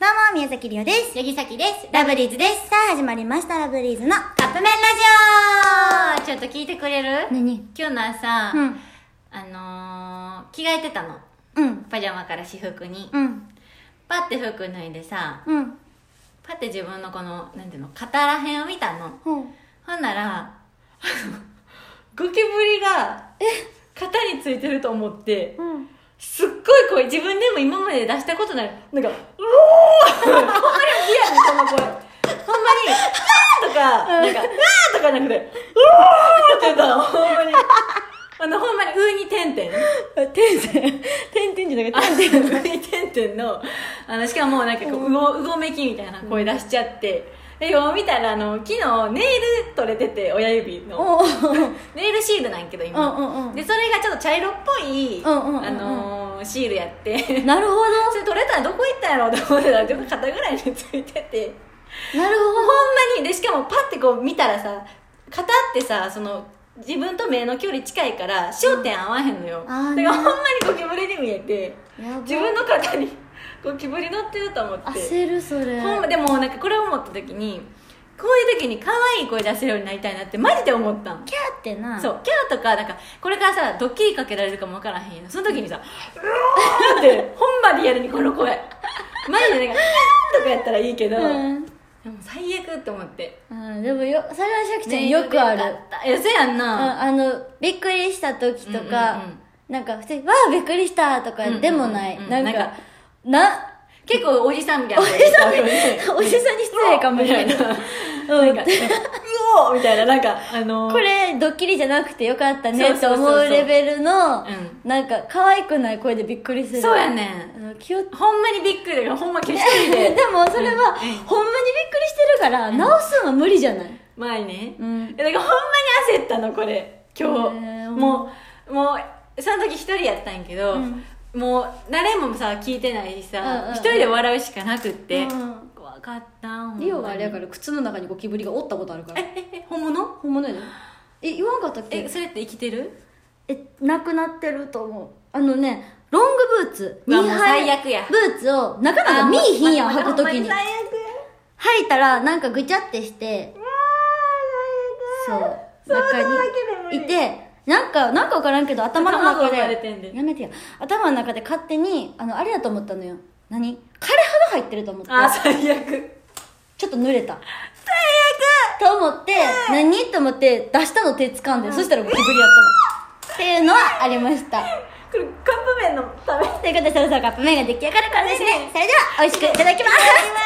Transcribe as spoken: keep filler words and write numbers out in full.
どうも、宮崎りおです。 ヤギサキです。 ラブリーズです。さあ、始まりました、ラブリーズのカップ麺ラジオ。ちょっと聞いてくれる？ 何？ 今日の朝、 うん。 あのー、着替えてたの。 うん。 パジャマから私服に。 うん。 パッて服脱いでさ、 うん。 パッて自分のこの、なんていうの、肩らへんを見たの。 ほう。 ほんなら、あの、ゴキブリが、え肩についてると思って、 うん。 すっごい声、自分でも今まで出したことない。なんか、うおーほんまに嫌やねん、この声。ほんまに、あーとか、なんか、あーとかなくて、うおーって言ったの、ほんまに。あの、ほんまに、上に点々。 てんてん、てんてんじゃなくて、てんてん。 上に点々の、あの、しかもなんかこう、うご、うごめきみたいな声出しちゃって、で、よう見たら、あの、昨日、ネイル取れてて、親指の。ネイルシールなんやけど、今。 うんうんうん、 で、それがちょっと茶色っぽい、 うんうんうんうん、 あのー、シールやって。 なるほど。 それ取れたらどこ行ったんやろうと思ってたら、ちょっと肩ぐらいについてて。 なるほど。 ほんまに、で、しかもパッてこう見たらさ、肩ってさ、その、自分と目の距離近いから、焦点合わへんのよ。 うん、 だからほんまにゴキブリに見えて、自分の肩にゴキブリ乗ってると思って。 焦る、それ。 ほんま、でもなんかこれを思った時に、こういう時に可愛い声出せるようになりたいなってマジで思ったん。 キャーってな。 そう、キャーとか、なんか、これからさ、ドッキリかけられるかもわからへんよ。その時にさ、うわーって、ほんまリアルにこの声。マジでなんか、キャーとかやったらいいけど、うん、でも最悪って思って。 うん、でもよ、それはシャキちゃんよくある。 いや、そうやんな。 うん、あの、びっくりした時とか、うんうんうん、なんか普通に、わーびっくりしたとかでもない。うんうんうん、なんか、な、 結構おじさんみたいな。 おじさん、おじさんに失礼かもしれない。 うん、なんか、うおーみたいな、なんか、あのー、 これ、ドッキリじゃなくてよかったねと思うレベルの、なんか、可愛くない声でびっくりする。 そうやねん。気をほんまにびっくりだから、ほんま一人で。 でも、それは、ほんまにびっくりしてるから、直すのは無理じゃない？ 前ね。 うん。 だからほんまに焦ったの、これ。今日。もう、もう、その時一人やったんやけど、もう、誰もさ、聞いてないしさ、一人で笑うしかなくって。怖かった。 リオがあれやから靴の中にゴキブリがおったことあるから。 え、え、え、本物？ 本物やで。え、言わんかったっけ？ え、それって生きてる？ え、なくなってると思う。あのね、ロングブーツ。 うわ、もう最悪や。 ブーツを、なかなか見いひんやん、履くときに。 最悪。 履いたら、なんかぐちゃってして、そう、中にいて、なんか、なんかわからんけど、頭の中で、やめてよ。頭の中で勝手に、あの、あれやと思ったのよ。何？枯れ葉が入ってると思って。 あ、最悪。 ちょっと濡れた。 最悪と思って、何と思って出したの手掴んで、そしたらゴキブリやったの。っていうのはありました。 これカップ麺のため。 ということで、そろそろカップ麺が出来上がるからですね。それでは、美味しくいただきます。